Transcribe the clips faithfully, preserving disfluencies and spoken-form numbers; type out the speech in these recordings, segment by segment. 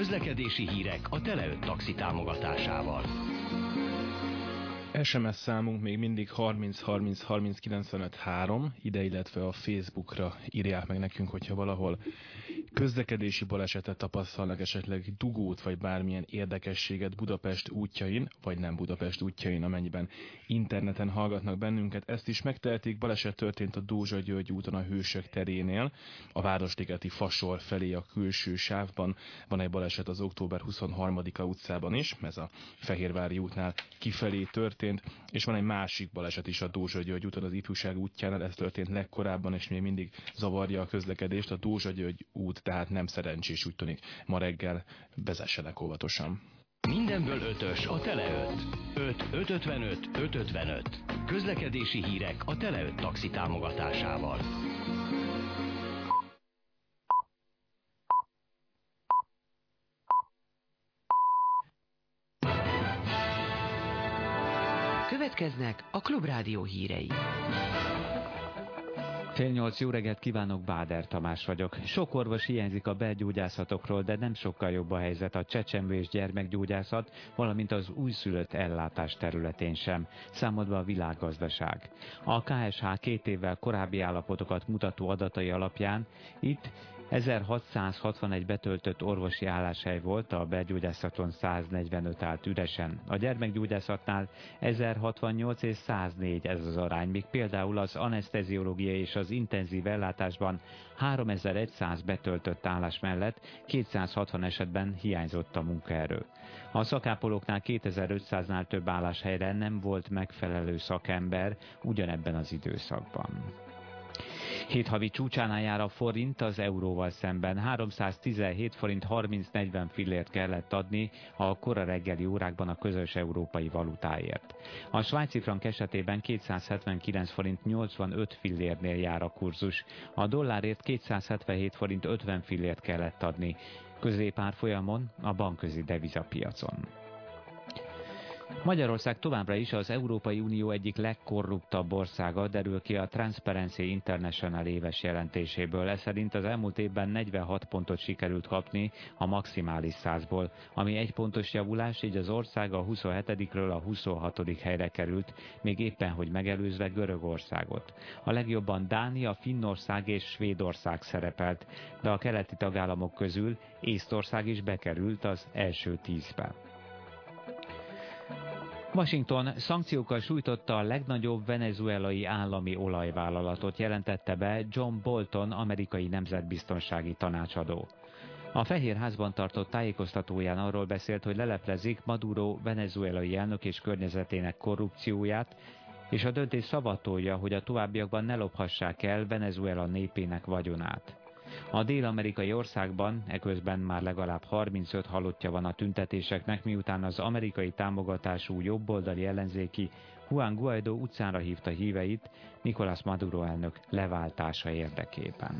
Közlekedési hírek a Tele öt taxi támogatásával. es em es számunk még mindig harminc harminc harminc kilencvenöt három, ide, illetve a Facebookra írják meg nekünk, hogyha valahol közlekedési balesetet tapasztalnak, esetleg dugót, vagy bármilyen érdekességet Budapest útjain, vagy nem Budapest útjain, amennyiben interneten hallgatnak bennünket. Ezt is megtehetik. Baleset történt a Dózsa-György úton a Hősök terénél, a Városligeti Fasor felé a külső sávban. Van egy baleset az október huszonharmadika utcában is, ez a Fehérvári útnál kifelé történt, és van egy másik baleset is a Dózsa-György úton, az Ifjúság útjánál, ez történt legkorábban, és még mindig zavarja a közlekedést. A Dózsa-György út tehát nem szerencsés, úgy tűnik. Ma reggel vezessenek óvatosan. Mindenből ötös a Tele öt. öt ötszázötvenöt ötszázötvenöt. Közlekedési hírek a Tele öt taxi támogatásával. Következnek a Klubrádió hírei. Fél nyolc, jó reggelt kívánok, Báder Tamás vagyok. Sok orvos hiányzik a belgyógyászatokról, de nem sokkal jobb a helyzet a csecsemő és gyermekgyógyászat, valamint az újszülött ellátás területén sem, számodva a világgazdaság. A ká es há két évvel korábbi állapotokat mutató adatai alapján itt ezerhatszázhatvanegy betöltött orvosi álláshely volt, a belgyógyászaton száznegyvenöt állt üresen. A gyermekgyógyászatnál ezerhatvannyolc és száznégy ez az arány, míg például az aneszteziológiai és az intenzív ellátásban háromezer-száz betöltött állás mellett kétszázhatvan esetben hiányzott a munkaerő. A szakápolóknál kétezer-ötszáznál több álláshelyre nem volt megfelelő szakember ugyanebben az időszakban. Hét havi csúcsánál jár a forint az euróval szemben. háromszáztizenhét forint harminc-negyven fillért kellett adni a kora reggeli órákban a közös európai valutáért. A svájci frank esetében kétszázhetvenkilenc forint nyolcvanöt fillérnél jár a kurzus. A dollárért kétszázhetvenhét forint ötven fillért kellett adni. Középárfolyamon a bankközi devizapiacon. Magyarország továbbra is az Európai Unió egyik legkorruptabb országa, derül ki a Transparency International éves jelentéséből. Ez szerint az elmúlt évben negyvenhat pontot sikerült kapni a maximális százból, ami egy pontos javulás, így az ország a huszonhetedikről a huszonhatodik helyre került, még éppen hogy megelőzve Görögországot. A legjobban Dánia, Finnország és Svédország szerepelt, de a keleti tagállamok közül Észtország is bekerült az első tízbe. Washington szankciókkal sújtotta a legnagyobb venezuelai állami olajvállalatot, jelentette be John Bolton, amerikai nemzetbiztonsági tanácsadó. A Fehérházban tartott tájékoztatóján arról beszélt, hogy leleplezik Maduro venezuelai elnök és környezetének korrupcióját, és a döntés szavatolja, hogy a továbbiakban ne lophassák el Venezuela népének vagyonát. A dél-amerikai országban eközben már legalább harmincöt halottja van a tüntetéseknek, miután az amerikai támogatású jobboldali ellenzéki Juan Guaidó utcára hívta híveit Nicolás Maduro elnök leváltása érdekében.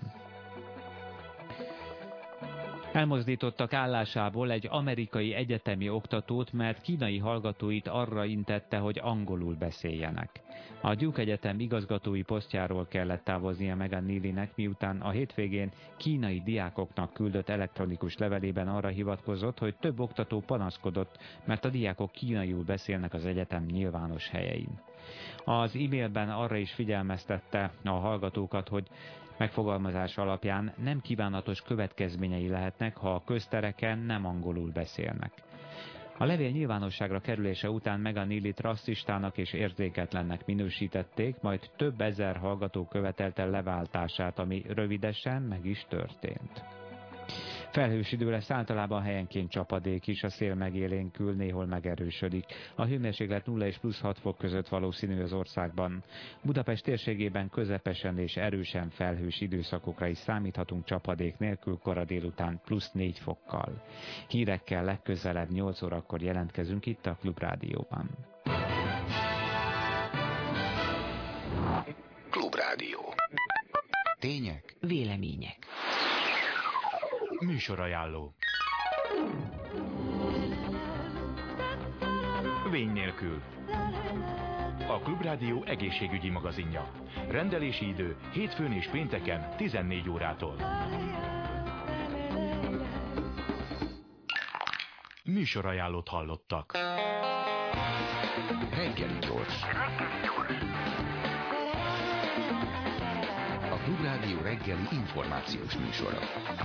Elmozdítottak állásából egy amerikai egyetemi oktatót, mert kínai hallgatóit arra intette, hogy angolul beszéljenek. A Duke Egyetem igazgatói posztjáról kellett távoznia Megan Neelynek, miután a hétvégén kínai diákoknak küldött elektronikus levelében arra hivatkozott, hogy több oktató panaszkodott, mert a diákok kínaiul beszélnek az egyetem nyilvános helyein. Az e-mailben arra is figyelmeztette a hallgatókat, hogy megfogalmazás alapján nem kívánatos következményei lehetnek, ha a köztereken nem angolul beszélnek. A levél nyilvánosságra kerülése után Megan Neelyt rasszistának és érzéketlennek minősítették, majd több ezer hallgató követelte leváltását, ami rövidesen meg is történt. Felhős idő lesz, általában helyenként csapadék is, a szél megélénkül, néhol megerősödik. A hőmérséklet nulla és plusz hat fok között valószínű az országban. Budapest térségében közepesen és erősen felhős időszakokra is számíthatunk csapadék nélkül, kora délután plusz négy fokkal. Hírekkel legközelebb nyolc órakor jelentkezünk itt a Klubrádióban. Klubrádió. Tények, vélemények. Műsorajánló. Vény nélkül. A Klubrádió egészségügyi magazinja. Rendelési idő hétfőn és pénteken tizennégy órától. Műsorajánlót hallottak. Reggeli gyors. A Klubrádió reggeli információs műsora.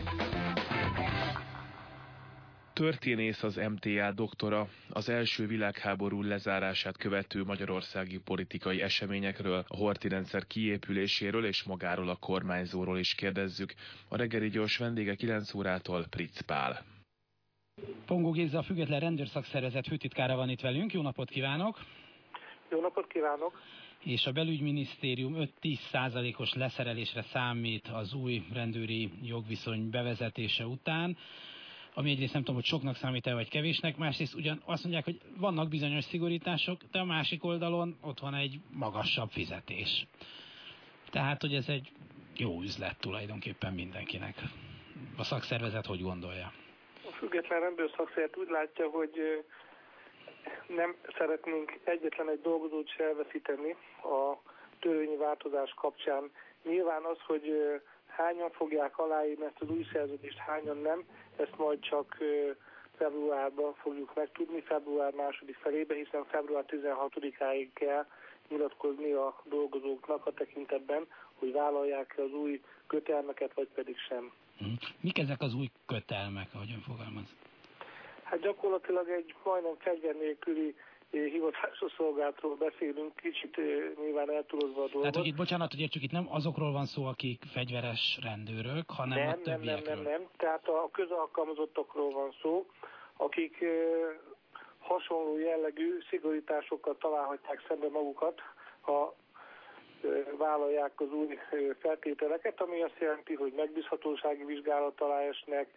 Történész, az em té á doktora, az első világháború lezárását követő magyarországi politikai eseményekről, a Horthy rendszer kiépüléséről és magáról a kormányzóról is kérdezzük. A reggeli gyors vendége kilenc órától Pritz Pál. Pongó Géza, a Független Rendőrszakszervezet főtitkára van itt velünk. Jó napot kívánok! Jó napot kívánok! És a belügyminisztérium öt-tíz százalékos leszerelésre számít az új rendőri jogviszony bevezetése után, ami egyrészt nem tudom, hogy soknak számít-e, vagy kevésnek, másrészt ugyan azt mondják, hogy vannak bizonyos szigorítások, de a másik oldalon ott van egy magasabb fizetés. Tehát, hogy ez egy jó üzlet tulajdonképpen mindenkinek. A szakszervezet hogy gondolja? A Független Rendőrszakszervezet úgy látja, hogy nem szeretnénk egyetlen egy dolgozót se elveszíteni a törvényi változás kapcsán. Nyilván az, hogy hányan fogják aláírni ezt az új szerződést, hányan nem, ezt majd csak februárban fogjuk megtudni, február második felébe, hiszen február tizenhatodikáig kell nyilatkozni a dolgozóknak a tekintetben, hogy vállalják az új kötelmeket, vagy pedig sem. Mik ezek az új kötelmek, ahogyan fogalmaz? Hát gyakorlatilag egy majdnem fegyver nélküli hivatásos szolgálatról beszélünk, kicsit nyilván eltúlozva a dolgot. Tehát, hogy itt, bocsánat, hogy értsük, itt nem azokról van szó, akik fegyveres rendőrök, hanem nem, a többiekről. Nem, nem, nem, nem. Tehát a közalkalmazottakról van szó, akik hasonló jellegű szigorításokkal találhatják szembe magukat, ha vállalják az új feltételeket, ami azt jelenti, hogy megbízhatósági vizsgálat alá esnek,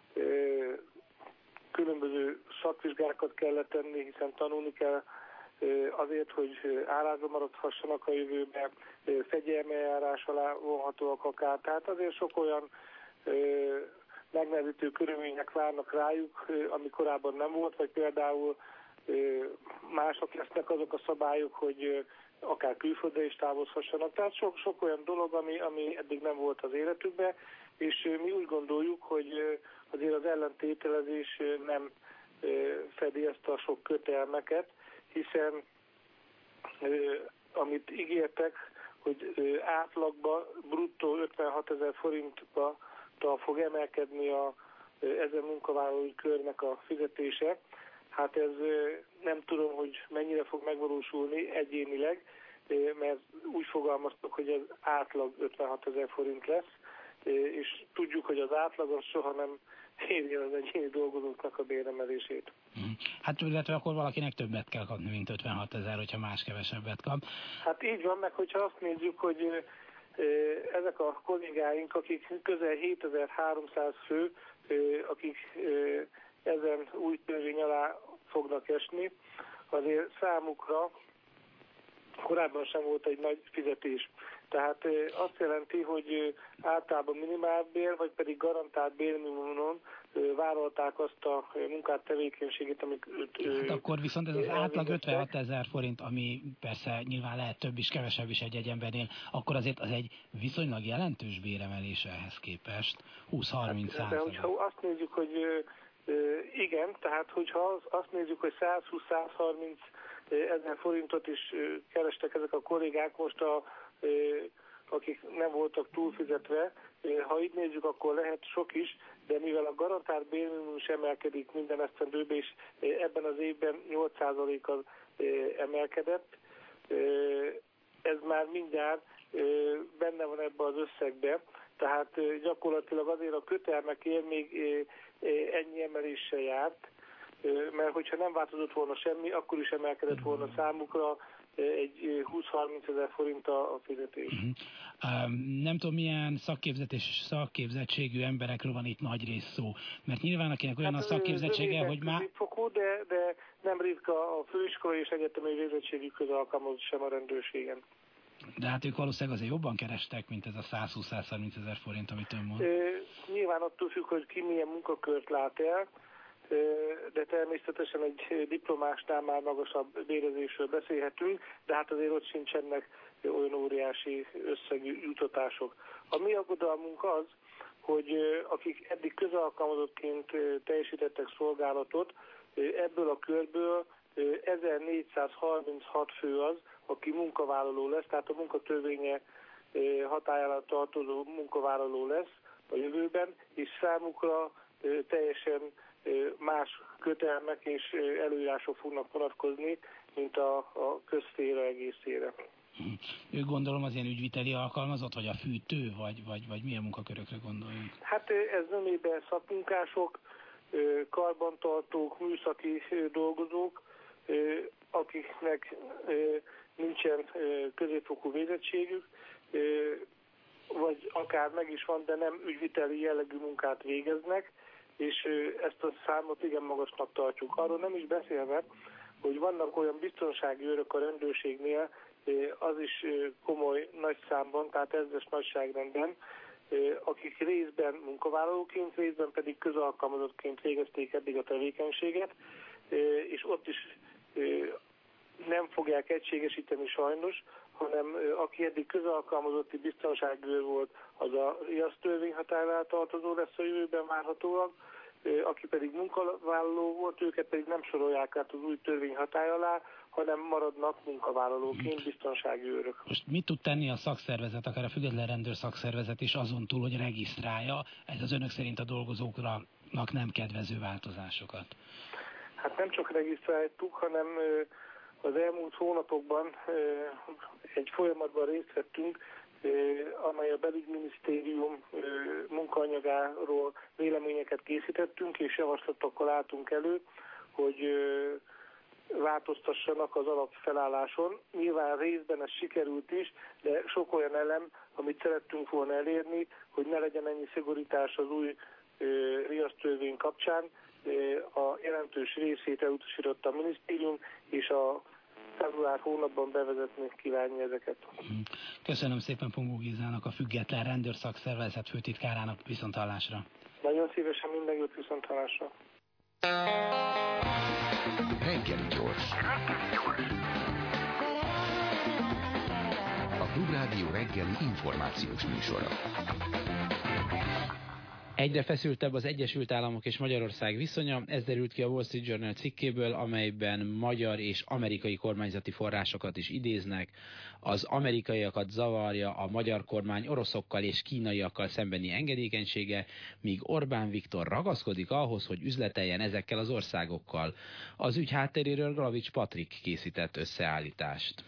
különböző szakvizsgákat kellett tenni, hiszen tanulni kell azért, hogy állásba maradhassanak a jövőben, fegyelmi eljárás alá vonhatóak akár. Tehát azért sok olyan megnehezítő körülmények várnak rájuk, ami korábban nem volt, vagy például mások lesznek azok a szabályok, hogy akár külföldre is távozhassanak. Tehát sok, sok olyan dolog, ami, ami eddig nem volt az életükben, és mi úgy gondoljuk, hogy azért az ellentételezés nem fedi ezt a sok kötelmeket, hiszen amit ígértek, hogy átlagban bruttó ötvenhatezer forintba fog emelkedni a ezen munkavállalói körnek a fizetése. Hát ez nem tudom, hogy mennyire fog megvalósulni egyénileg, mert úgy fogalmaztak, hogy ez átlag ötvenhatezer forint lesz, és tudjuk, hogy az átlag az soha nem éri az egyéni dolgozóknak a béremelését. Hát illetve akkor valakinek többet kell kapni, mint ötvenhatezer, hogyha más kevesebbet kap. Hát így van, meg hogyha azt nézzük, hogy ezek a kollégáink, akik közel hétezer-háromszáz fő, akik ezen új törvény alá fognak esni, azért számukra korábban sem volt egy nagy fizetés. Tehát azt jelenti, hogy általában minimálbér, vagy pedig garantált bérminimumon vállalták azt a munkát, tevékenységét, amik... Hát akkor viszont ez az átlag ötvenhatezer forint, ami persze nyilván lehet több is, kevesebb is egy-egy embernél, akkor azért az egy viszonylag jelentős béremelés ehhez képest, húsz-harminc százalék. Hát, de hogyha azt nézzük, hogy igen, tehát hogyha azt nézzük, hogy százhúsz-százharminc ezer forintot is kerestek ezek a kollégák most, a, akik nem voltak túlfizetve. Ha így nézzük, akkor lehet sok is, de mivel a garantált bérminimum is emelkedik minden esztendőben, és ebben az évben nyolc százalékkal emelkedett, ez már mindjárt benne van ebben az összegben, tehát gyakorlatilag azért a kötelmekért még ennyi emeléssel járt, mert hogyha nem változott volna semmi, akkor is emelkedett volna számukra egy húsz-harminc ezer forint a fizetés. Uh-huh. Um, nem tudom, milyen szakképzett és szakképzettségű emberekről van itt nagy rész szó, mert nyilván akinek olyan hát, a szakképzettsége, hogy már... Fokú, de, de nem ritka a főiskola és egyetemi végzettségű közalkalmazott sem a rendőrségen. De hát ők valószínűleg azért jobban kerestek, mint ez a százhúsz-százharminc ezer forint, amit ön mond. E, nyilván attól függ, hogy ki milyen munkakört lát el, de természetesen egy diplomásnál már magasabb bérezésről beszélhetünk, de hát azért ott sincsenek olyan óriási összegű jutatások. A mi aggodalmunk az, hogy akik eddig közalkalmazottként teljesítettek szolgálatot, ebből a körből ezernégyszázharminchat fő az, aki munkavállaló lesz, tehát a munkatörvénye hatályára tartozó munkavállaló lesz a jövőben, és számukra teljesen más kötelmek és előírások fognak vonatkozni, mint a, a közszféra egészére. Ő gondolom az ilyen ügyviteli alkalmazott, vagy a fűtő, vagy, vagy, vagy milyen munkakörökre gondoljunk? Hát ez zömében szakmunkások, karbantartók, műszaki dolgozók, akiknek nincsen középfokú végzettségük, vagy akár meg is van, de nem ügyviteli jellegű munkát végeznek, és ezt a számot igen magasnak tartjuk. Arról nem is beszélve, hogy vannak olyan biztonsági őrök a rendőrségnél, az is komoly nagy számban, tehát ezres nagyságrendben, akik részben munkavállalóként, részben pedig közalkalmazottként végezték eddig a tevékenységet, és ott is nem fogják egységesíteni sajnos, hanem aki eddig közalkalmazotti biztonságőr volt, az a riasztörvény határánál tartozó lesz a jövőben várhatólag, aki pedig munkavállaló volt, őket pedig nem sorolják át az új törvény hatály alá, hanem maradnak munkavállalóként biztonsági őrök. Most mit tud tenni a szakszervezet, akár a független rendőr szakszervezet is azon túl, hogy regisztrálja ez az önök szerint a dolgozóknak nem kedvező változásokat? Hát nem csak regisztráltuk, hanem az elmúlt hónapokban egy folyamatban részt vettünk, amely a belügyminisztérium munkaanyagáról véleményeket készítettünk, és javaslatokkal álltunk elő, hogy változtassanak az alapfelálláson. Nyilván részben ez sikerült is, de sok olyan elem, amit szerettünk volna elérni, hogy ne legyen ennyi szigorítás az új riasztörvény kapcsán. A jelentős részét elutasította a minisztérium, és a február hónapban bevezetni kívánja ezeket. Köszönöm szépen Pongó Gézának, a Független Rendőrszakszervezet főtitkárának. Viszonthallásra. Nagyon szívesen mindenkit viszonthallásra. Reggeli gyors. A Klubrádió reggeli információs műsora. Egyre feszültebb az Egyesült Államok és Magyarország viszonya, ez derült ki a Wall Street Journal cikkéből, amelyben magyar és amerikai kormányzati forrásokat is idéznek. Az amerikaiakat zavarja a magyar kormány oroszokkal és kínaiakkal szembeni engedékenysége, míg Orbán Viktor ragaszkodik ahhoz, hogy üzleteljen ezekkel az országokkal. Az ügy hátteréről Glavics Patrik készített összeállítást.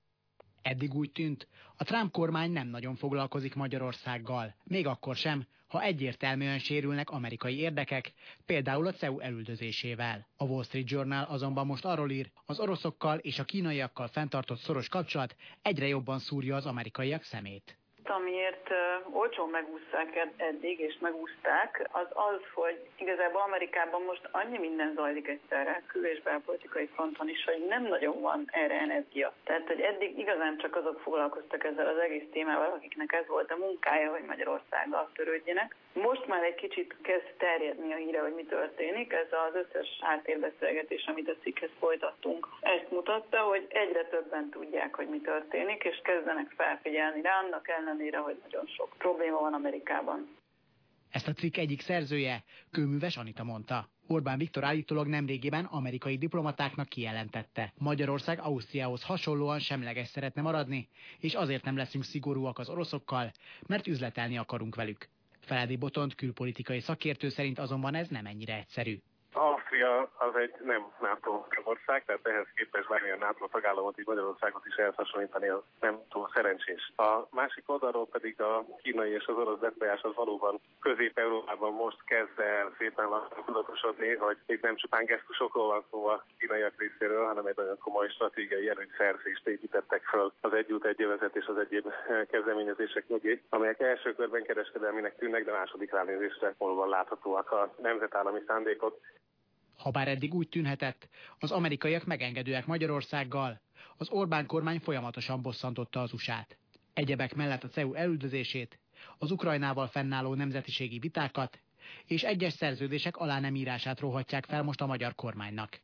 Eddig úgy tűnt, a Trump kormány nem nagyon foglalkozik Magyarországgal, még akkor sem, ha egyértelműen sérülnek amerikai érdekek, például a cé e u elüldözésével. A Wall Street Journal azonban most arról ír, az oroszokkal és a kínaiakkal fenntartott szoros kapcsolat egyre jobban szúrja az amerikaiak szemét. Amiért uh, olcsón megúszták ed- eddig, és megúszták, az az, hogy igazából Amerikában most annyi minden zajlik egyszerre, kül- és belpolitikai fronton is, hogy nem nagyon van erre energia. Tehát, hogy eddig igazán csak azok foglalkoztak ezzel az egész témával, akiknek ez volt a munkája, hogy Magyarországgal törődjenek. Most már egy kicsit kezd terjedni a híre, hogy mi történik. Ez az összes háttérbeszélgetés, amit a cikkhez folytattunk, ezt mutatta, hogy egyre többen tudják, hogy mi történik, és kezdenek felfigyelni rá, annak ellenére, hogy nagyon sok probléma van Amerikában. Ezt a cikk egyik szerzője, Kőműves Anita mondta. Orbán Viktor állítólag nemrégiben amerikai diplomatáknak kijelentette. Magyarország Ausztriához hasonlóan semleges szeretne maradni, és azért nem leszünk szigorúak az oroszokkal, mert üzletelni akarunk velük. Feledi Botont külpolitikai szakértő szerint azonban ez nem ennyire egyszerű. Ausztria az egy nem NATO ország, tehát ehhez képest bármilyen NATO tagállamot, így Magyarországot is elhasonlítani, az nem túl szerencsés. A másik oldalról pedig a kínai és az orosz befolyás az valóban Közép-Európában most kezd el szépen lassan tudatosodni, hogy itt nem csupán gesztusokról van szó a kínaiak részéről, hanem egy nagyon komoly stratégiai erőszerzést építettek föl az egy út, egy övezet és az egyéb kezdeményezések mögé, amelyek első körben kereskedelminek tűnnek, de második ránézésre valóban láthatóak a nemzetállami szándékok. Habár eddig úgy tűnhetett, az amerikaiak megengedőek Magyarországgal, az Orbán kormány folyamatosan bosszantotta az u es á-t. Egyebek mellett a cé e u elüldözését, az Ukrajnával fennálló nemzetiségi vitákat és egyes szerződések alá nem írását róhatják fel most a magyar kormánynak.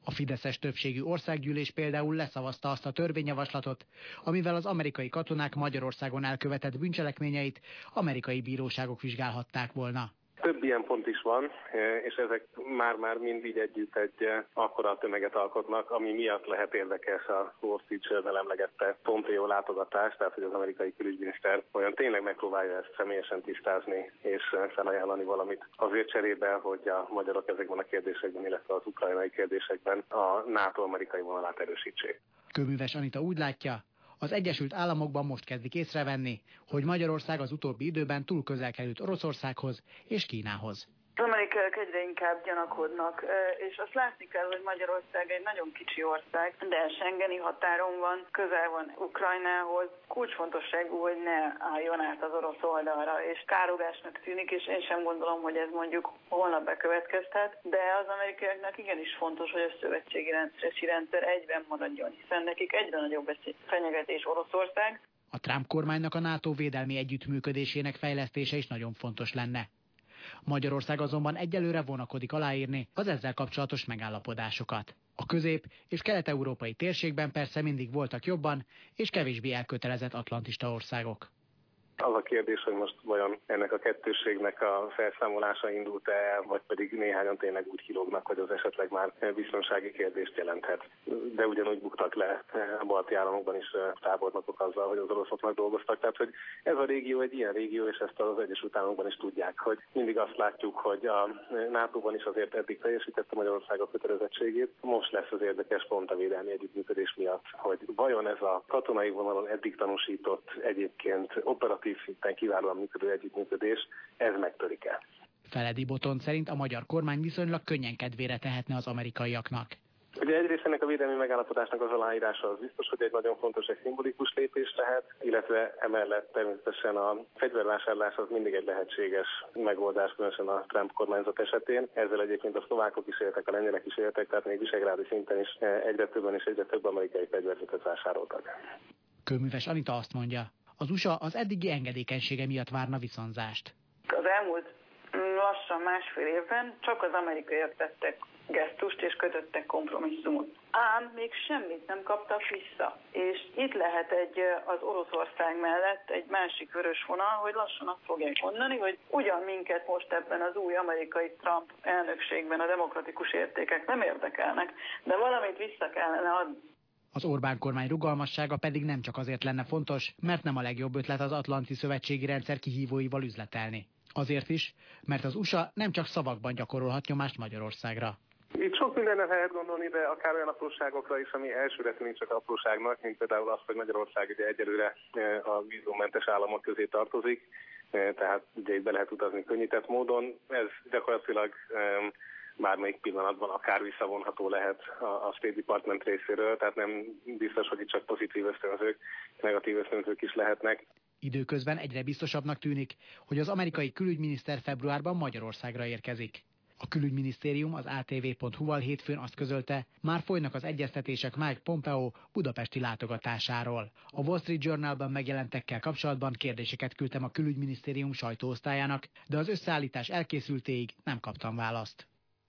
A fideszes többségű országgyűlés például leszavazta azt a törvényjavaslatot, amivel az amerikai katonák Magyarországon elkövetett bűncselekményeit amerikai bíróságok vizsgálhatták volna. Több ilyen pont is van, és ezek már-már mind így együtt egy akkora tömeget alkotnak, ami miatt lehet érdekes a Wall Street Journal emlegette Pompeo látogatás, tehát hogy az amerikai külügyminiszter olyan tényleg megpróbálja ezt személyesen tisztázni és felajánlani valamit azért cserébe, hogy a magyarok ezekben a kérdésekben, illetve az ukrajnai kérdésekben a NATO-amerikai vonalát erősítsék. Kőműves Anita úgy látja, az Egyesült Államokban most kezdik észrevenni, hogy Magyarország az utóbbi időben túl közel került Oroszországhoz és Kínához. Az amerikaiak egyre inkább gyanakodnak, és azt látni kell, hogy Magyarország egy nagyon kicsi ország, de schengeni határon van, közel van Ukrajnához. Kulcsfontosságú, hogy ne álljon át az orosz oldalra, és károgásnak tűnik, és én sem gondolom, hogy ez mondjuk holnap bekövetkezhet, de az amerikaiaknak igenis fontos, hogy a szövetségi rendszeresi rendszer egyben maradjon, hiszen nekik egyre nagyobb fenyegetés Oroszország. A Trump kormánynak a NATO védelmi együttműködésének fejlesztése is nagyon fontos lenne. Magyarország azonban egyelőre vonakodik aláírni az ezzel kapcsolatos megállapodásokat. A közép- és kelet-európai térségben persze mindig voltak jobban és kevésbé elkötelezett atlantista országok. Az a kérdés, hogy most vajon ennek a kettősségnek a felszámolása indult-e el, vagy pedig néhányan tényleg úgy kilógnak, hogy az esetleg már biztonsági kérdést jelenthet. De ugyanúgy buktak le a balti államokban is tábornokok azzal, hogy az oroszoknak dolgoztak. Tehát, hogy ez a régió egy ilyen régió, és ezt az Egyesült Államokban is tudják, hogy mindig azt látjuk, hogy a nátóban is azért eddig teljesítette Magyarország a kötelezettségét. Most lesz az érdekes pont a védelmi együttműködés miatt, hogy vajon ez a katonai vonalon eddig tanúsított egyébként operatív szinten kiválóan működő együttműködés, ez megtörik el. Feledi Botond szerint a magyar kormány viszonylag könnyen kedvére tehetne az amerikaiaknak. Ugye egyrészt ennek a védelmi megállapodásnak az aláírása az biztos, hogy egy nagyon fontos, egy szimbolikus lépés lehet, illetve emellett természetesen a fegyvervásárlás az mindig egy lehetséges megoldás, különösen a Trump kormányzat esetén. Ezzel egyébként a szlovákok is éltek, a lengyelek is éltek, tehát még visegrádi szinten is egyre többen és egyre több amerikai fegyverzetet vásároltak. Kőműves Anita azt mondja, az u es á az eddigi engedékenysége miatt várna viszonzást. Az elmúlt lassan másfél évben csak az amerikaiak tettek gesztust és kötöttek kompromisszumot. Ám még semmit nem kaptak vissza. És itt lehet egy az Oroszország mellett egy másik vörös vonal, hogy lassan azt fogják mondani, hogy ugyan minket most ebben az új amerikai Trump elnökségben a demokratikus értékek nem érdekelnek, de valamit vissza kellene adni. Az Orbán kormány rugalmassága pedig nem csak azért lenne fontos, mert nem a legjobb ötlet az atlanti szövetségi rendszer kihívóival üzletelni. Azért is, mert az u es á nem csak szavakban gyakorolhat nyomást Magyarországra. Itt sok mindenre lehet gondolni, de akár olyan apróságokra is, ami elsőre tűnik csak apróságnak, mint például az, hogy Magyarország ugye egyelőre a vízummentes államok közé tartozik, tehát ugye itt be lehet utazni könnyített módon. Ez gyakorlatilag bármelyik pillanatban akár visszavonható lehet a State Department részéről, tehát nem biztos, hogy itt csak pozitív ösztönzők, negatív ösztönzők is lehetnek. Időközben egyre biztosabbnak tűnik, hogy az amerikai külügyminiszter februárban Magyarországra érkezik. A külügyminisztérium az á té vé pont hú-val hétfőn azt közölte, már folynak az egyeztetések Mike Pompeo budapesti látogatásáról. A Wall Street Journalban megjelentekkel kapcsolatban kérdéseket küldtem a külügyminisztérium sajtóosztályának, de az összeállítás elkészültéig nem kaptam választ.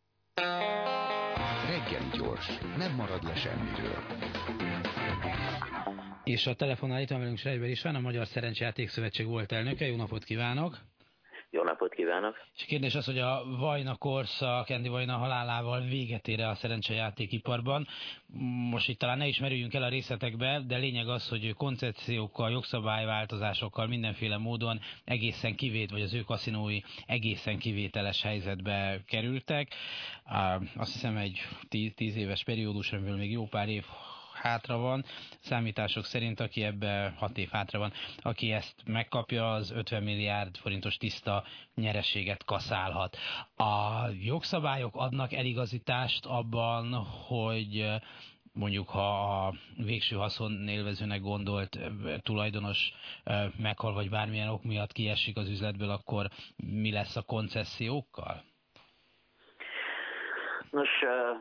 Reggeli gyors, nem marad le semmiről. És a telefonnál itt van velünk Schreiber István, a Magyar Szerencsejáték Szövetség volt elnöke. Jó napot kívánok! Jó napot kívánok! És a kérdés az, hogy a Vajna korszak, Andy Vajna halálával véget ér a szerencsejátékiparban. Most itt talán ne is merüljünk el a részletekbe, de lényeg az, hogy koncepciókkal, jogszabályváltozásokkal mindenféle módon egészen kivét, vagy az ő kaszinói egészen kivételes helyzetbe kerültek. Azt hiszem egy tíz, tíz éves periódus, amiből még jó pár év hátra van, számítások szerint, aki ebbe hat év hátra van, aki ezt megkapja, az ötven milliárd forintos tiszta nyereséget kaszálhat. A jogszabályok adnak eligazítást abban, hogy mondjuk ha a végső haszonélvezőnek gondolt tulajdonos meghal, vagy bármilyen ok miatt kiesik az üzletből, akkor mi lesz a koncesziókkal? Nos,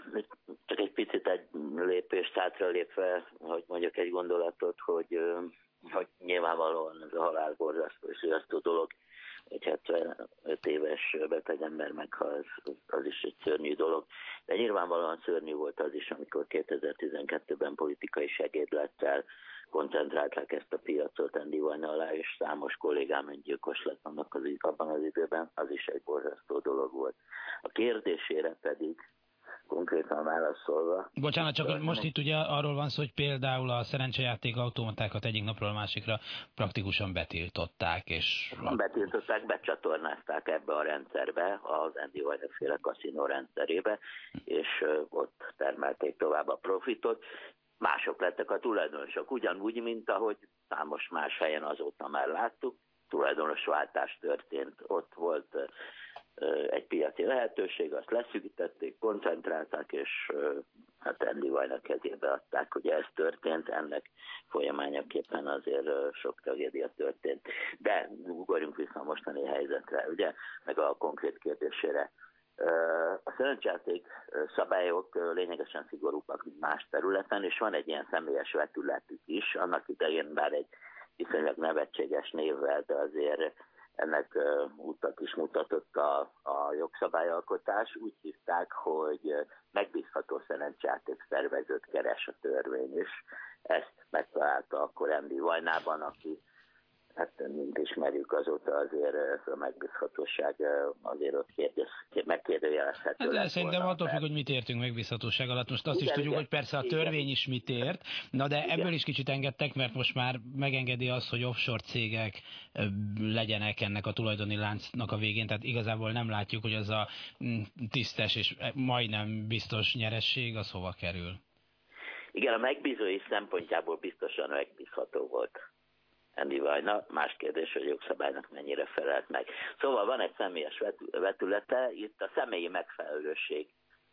csak egy picit egy lépést hátralépve, hogy mondjak egy gondolatot, hogy hogy nyilvánvalóan ez a halálborzasztó és riasztó dolog, egy hetvenöt éves beteg ember meghal, az, az is egy szörnyű dolog. De nyilvánvalóan szörnyű volt az is, amikor kétezer-tizenkettőben politikai segédlettel koncentrálták ezt a piacot Andy Vajna alá, és számos kollégám öngyilkos lett annak az, abban az időben, az is egy borzasztó dolog volt. A kérdésére pedig konkrétan válaszolva. Bocsánat, csak most itt ugye arról van szó, hogy például a szerencsejáték automatákat egyik napról a másikra praktikusan betiltották, és... Betiltották, becsatornázták ebbe a rendszerbe, az Andy Vajna-féle kaszinó rendszerébe, és ott termelték tovább a profitot. Mások lettek a tulajdonosok, ugyanúgy, mint ahogy számos más helyen azóta már láttuk, tulajdonosváltás történt, ott volt egy piaci lehetőség, azt leszűkítették, koncentrálták, és hát Andy Vajna kezébe adták. Ugye ez történt, ennek folyamányaképpen azért sok tragédia történt. De ugorjunk vissza a mostani helyzetre, ugye, meg a konkrét kérdésére. A szerencsejáték szabályok lényegesen szigorúbbak, mint más területen, és van egy ilyen személyes vetületük is, annak idején bár egy viszonylag nevetséges névvel, de azért ennek utat is mutatott a, a jogszabályalkotás. Úgy hívták, hogy megbízható szerencsejáték szervezőt keres a törvény is. Ezt megtalálta akkor Andy Vajnában, aki, hát mint ismerjük, azóta azért a megbízhatóság azért ott kérdez, megkérdőjelezhető. Hát de szerintem attól függ, hogy mit értünk megbízhatóság alatt. Most azt igen, is tudjuk, igen, hogy persze a törvény igen. is mit ért, na de igen. ebből is kicsit engedtek, mert most már megengedi az, hogy offshore cégek legyenek ennek a tulajdoni láncnak a végén, tehát igazából nem látjuk, hogy az a tisztes és majdnem biztos nyeresség az hova kerül. Igen, a megbízói szempontjából biztosan megbízható volt Andy Vajna, más kérdés, hogy jogszabálynak mennyire felelt meg. Szóval van egy személyes vetülete, itt a személyi megfelelőségnek,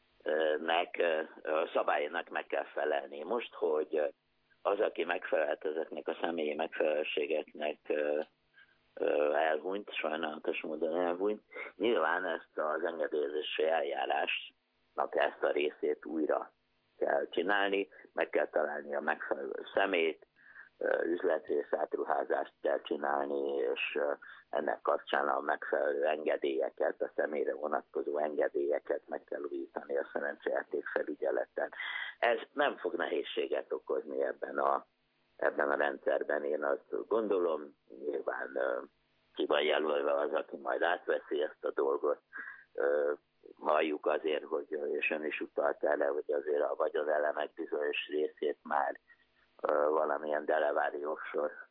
a szabálynak meg kell felelni. Most, hogy az, aki megfelelt ezeknek a személyi megfelelőségeknek, elhunyt, sajnálatos módon elhunyt, nyilván ezt az engedélyezési eljárásnak ezt a részét újra kell csinálni, meg kell találni a megfelelő személyt, üzletrész átruházást kell csinálni, és ennek kapcsán a megfelelő engedélyeket, a személyre vonatkozó engedélyeket meg kell újítani a szerencsejáték felügyeleten. Ez nem fog nehézséget okozni ebben a, ebben a rendszerben, én azt gondolom, nyilván ki van jelölve az, aki majd átveszi ezt a dolgot. Halljuk azért, hogy, és ön is utalt erre, hogy azért a vagyonelemek bizonyos részét már valamilyen delevári offshore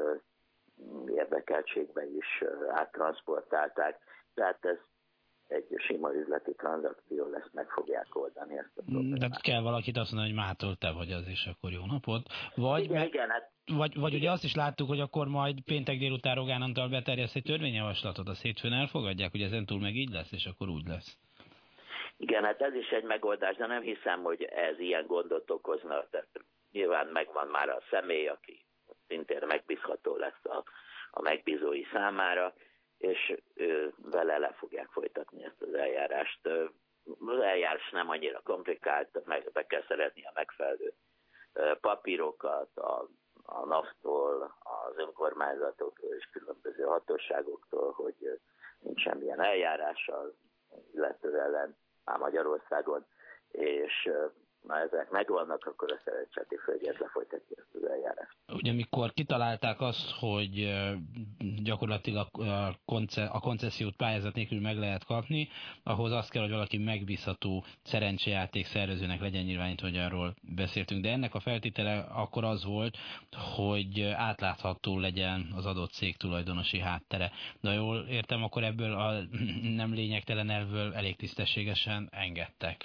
érdekeltségbe is áttranszportálták. Tehát ez egy sima üzleti tranzakció lesz, meg fogják oldani ezt a problémát. De kell valakit azt mondani, hogy mától te vagy az, és akkor jó napot. Vagy, igen, meg, igen, hát, vagy, vagy ugye azt is láttuk, hogy akkor majd péntek délután Rogán Antal beterjeszt egy törvényjavaslatot, a hétfőn elfogadják, hogy ezentúl meg így lesz, és akkor úgy lesz. Igen, hát ez is egy megoldás, de nem hiszem, hogy ez ilyen gondot okozna. Tehát nyilván megvan már a személy, aki szintén megbízható lesz a, a megbízói számára, és ő, vele le fogják folytatni ezt az eljárást. Az eljárás nem annyira komplikált, meg be kell szerezni a megfelelő papírokat a, a NAV-tól, az önkormányzatoktól és különböző hatóságoktól, hogy nincs semmilyen eljárással illető ellen már Magyarországon, és ha ezek megvannak, akkor a szerencsejáték felügyelet lefolytatja ezt az eljárást. Ugye mikor kitalálták azt, hogy gyakorlatilag a koncesziót pályázat nélkül meg lehet kapni, ahhoz azt kell, hogy valaki megbízható szerencsejáték szervezőnek legyen nyilvánítva, hogy arról beszéltünk. De ennek a feltétele akkor az volt, hogy átlátható legyen az adott cég tulajdonosi háttere. De jól értem, akkor ebből a nem lényegtelen elvből elég tisztességesen engedtek.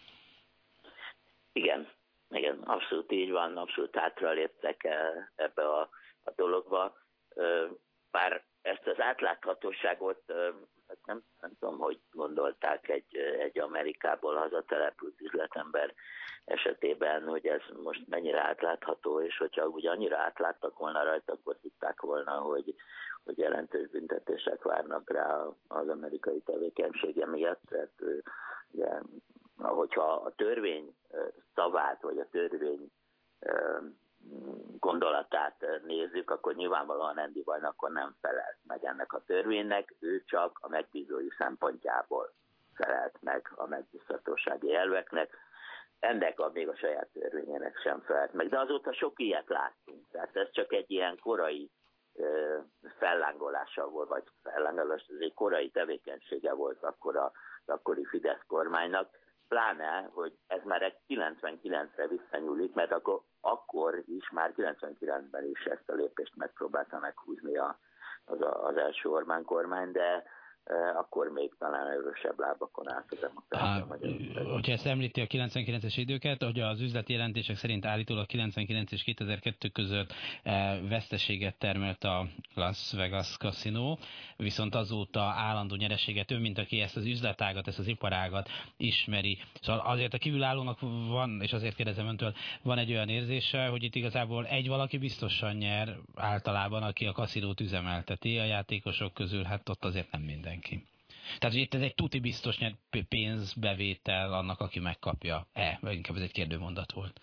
Igen, igen, abszolút így van, abszolút hátraléptek ebbe a, a dologba. Bár ezt az átláthatóságot nem, nem tudom, hogy gondolták egy, egy Amerikából hazatelepült üzletember esetében, hogy ez most mennyire átlátható, és hogyha ugye annyira átláttak volna rajta, akkor hitták volna, hogy, hogy jelentős büntetések várnak rá az amerikai tevékenysége miatt. Tehát, ugye, hogyha a törvény szavát, vagy a törvény gondolatát nézzük, akkor nyilvánvalóan Andy Vajna akkor nem felelt meg ennek a törvénynek, ő csak a megbízói szempontjából felelt meg a megbízhatósági elveknek, ennek a még a saját törvényének sem felelt meg. De azóta sok ilyet láttunk, tehát ez csak egy ilyen korai ö, fellángolása volt, vagy fellángolás, ez egy korai tevékenysége volt akkor az akkori Fidesz kormánynak, pláne, hogy ez már egy kilencvenkilencre visszanyúlik, mert akkor, akkor is, már kilencvenkilencben is ezt a lépést megpróbálta meghúzni a, az, a, az első Orbán kormány, de e, akkor még talán erősebb lábakon állt a demokrácia Magyarországon. Hogyha ezt említi a kilencvenkilences időket, hogy az üzleti jelentések szerint állítólag kilencvenkilenc és kétezer-kettő között e, veszteséget termelt a Las Vegas Casino, viszont azóta állandó nyereséget, ő, mint aki ezt az üzletágat, ezt az iparágat ismeri. Szóval azért a kívülállónak van, és azért kérdezem öntől, van egy olyan érzése, hogy itt igazából egy valaki biztosan nyer általában, aki a kaszinót üzemelteti, a játékosok közül, hát ott azért nem mindenki. Tehát, hogy itt ez egy tuti biztos nyer pénzbevétel annak, aki megkapja-e, vagy inkább ez egy kérdőmondat volt.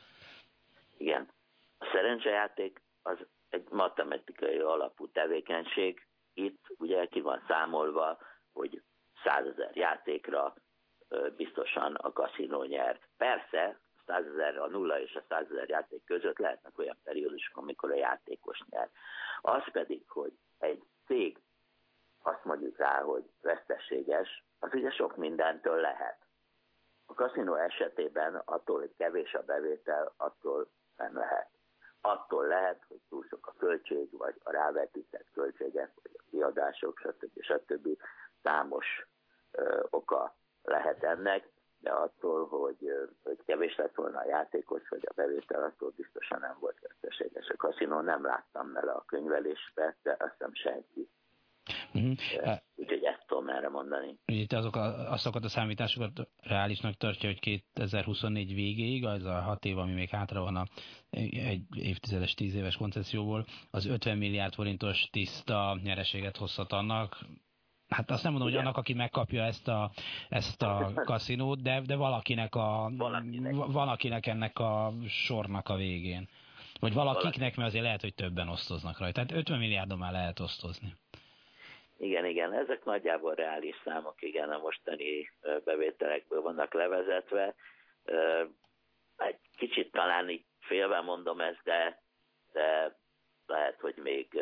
Igen. A szerencsejáték az egy matematikai alapú tevékenység. Itt ugye ki van számolva, hogy százezer játékra biztosan a kaszinó nyer. Persze, százezer a nulla és a százezer játék között lehetnek olyan periódusok, amikor a játékos nyer. Az pedig, hogy egy cég azt mondjuk rá, hogy veszteséges, az ugye sok mindentől lehet. A kaszinó esetében attól, hogy kevés a bevétel, attól nem lehet. Attól lehet, hogy túl sok a költség, vagy a rávetített költségek, vagy a kiadások, stb. stb. Számos ö, oka lehet ennek, de attól, hogy, ö, hogy kevés lett volna a játékos, vagy a bevétel, attól biztosan nem volt veszteséges. A kaszinó nem láttam vele a könyvelésbe, de azt hiszem senki. Uh-huh. Úgyhogy ezt tudom erre mondani. Itt azok a, azokat a számításokat reálisnak tartja, hogy kétezer-huszonnégy végéig, az a hat év, ami még hátra van a egy évtizedes, tíz éves koncesszióból, az ötven milliárd forintos tiszta nyereséget hozhat annak. Hát azt nem mondom, igen, hogy annak, aki megkapja ezt a, ezt a kaszinót, de, de valakinek, a, valakinek. valakinek ennek a sornak a végén. Vagy valakiknek, mert azért lehet, hogy többen osztoznak rajta. Tehát ötven milliárdon már lehet osztozni. Igen, igen, ezek nagyjából reális számok, igen, a mostani bevételekből vannak levezetve. Egy kicsit talán így félve mondom ezt, de, de lehet, hogy még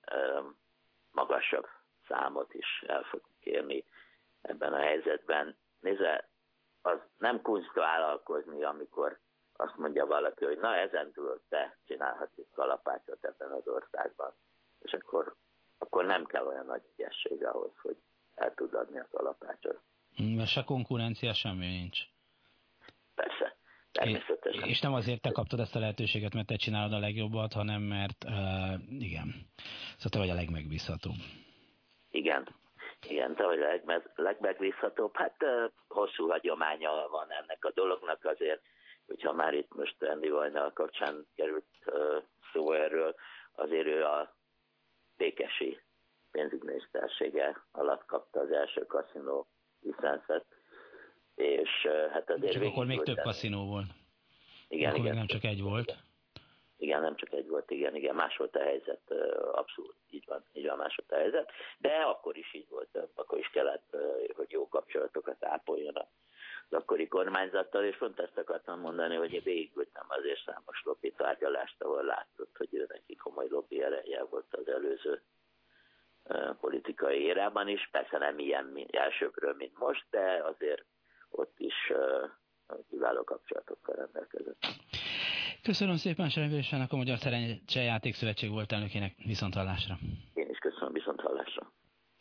magasabb számot is el fog kérni ebben a helyzetben. Nézze, az nem kunst vállalkozni, amikor azt mondja valaki, hogy na ezentúl te csinálhatsz egy kalapácsot ebben az országban, és akkor akkor nem kell olyan nagy ügyesség ahhoz, hogy el tud adni a kalapácsot. Mert se konkurencia, semmi nincs. Persze, természetesen. És nem azért te kaptad ezt a lehetőséget, mert te csinálod a legjobbat, hanem mert uh, igen, szóval te vagy a legmegbízhatóbb. Igen, igen, te vagy a legme- legmegbízhatóbb. Hát uh, hosszú hagyománya van ennek a dolognak azért, hogyha már itt most Andy Vajna kapcsán került uh, szó erről, azért ő a Békesi pénzügyminisztersége alatt kapta az első kaszinó licenszet, és hát azért... Csak akkor még több kaszinó volt. Igen, akkor igen. nem csak egy volt. Igen, nem csak egy volt, igen, igen, más volt a helyzet, abszolút, így van, így van, más volt a helyzet, de akkor is így volt, akkor is kellett, hogy jó kapcsolatokat ápoljon az akkori kormányzattal, és pont ezt akartam mondani, hogy én végigültem azért számos lobby tárgyalást, ahol látszott, hogy ő neki komoly lobby ereje volt az előző uh, politikai érában is, persze nem ilyen elsőkről, mint most, de azért ott is uh, kiváló kapcsolatokkal rendelkezett. Köszönöm szépen Serényi Bésának, a Magyar Szerencsejáték Szövetség volt elnökének. Viszonthallásra. Én is köszönöm, viszonthallásra.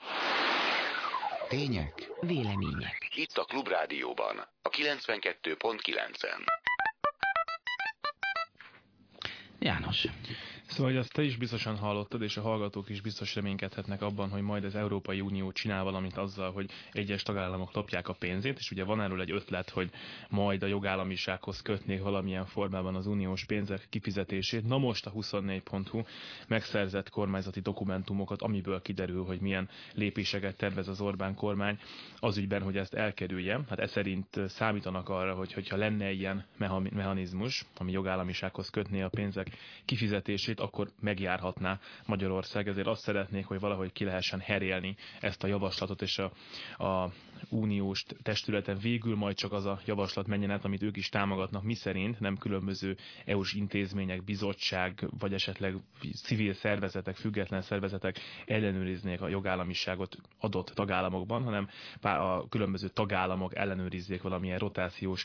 Tények, vélemények. Itt a Klubrádióban, a kilencvenkettő pont kilencen. János. Szóval, hogy azt te is biztosan hallottad, és a hallgatók is biztos reménykedhetnek abban, hogy majd az Európai Unió csinál valamit azzal, hogy egyes tagállamok lopják a pénzét, és ugye van erről egy ötlet, hogy majd a jogállamisághoz kötnék valamilyen formában az uniós pénzek kifizetését. Na most a huszonnégy pont hu megszerzett kormányzati dokumentumokat, amiből kiderül, hogy milyen lépéseket tervez az Orbán kormány az ügyben, hogy ezt elkerülje. Hát ez szerint számítanak arra, hogy hogyha lenne ilyen mechanizmus, ami jogállamisághoz kötné a pénzek kifizetését, akkor megjárhatná Magyarország. Ezért azt szeretnék, hogy valahogy ki lehessen herélni ezt a javaslatot, és a, a uniós testületen végül majd csak az a javaslat menjen át, amit ők is támogatnak, miszerint nem különböző é u-s intézmények, bizottság, vagy esetleg civil szervezetek, független szervezetek ellenőriznék a jogállamiságot adott tagállamokban, hanem a különböző tagállamok ellenőrizzék valamilyen rotációs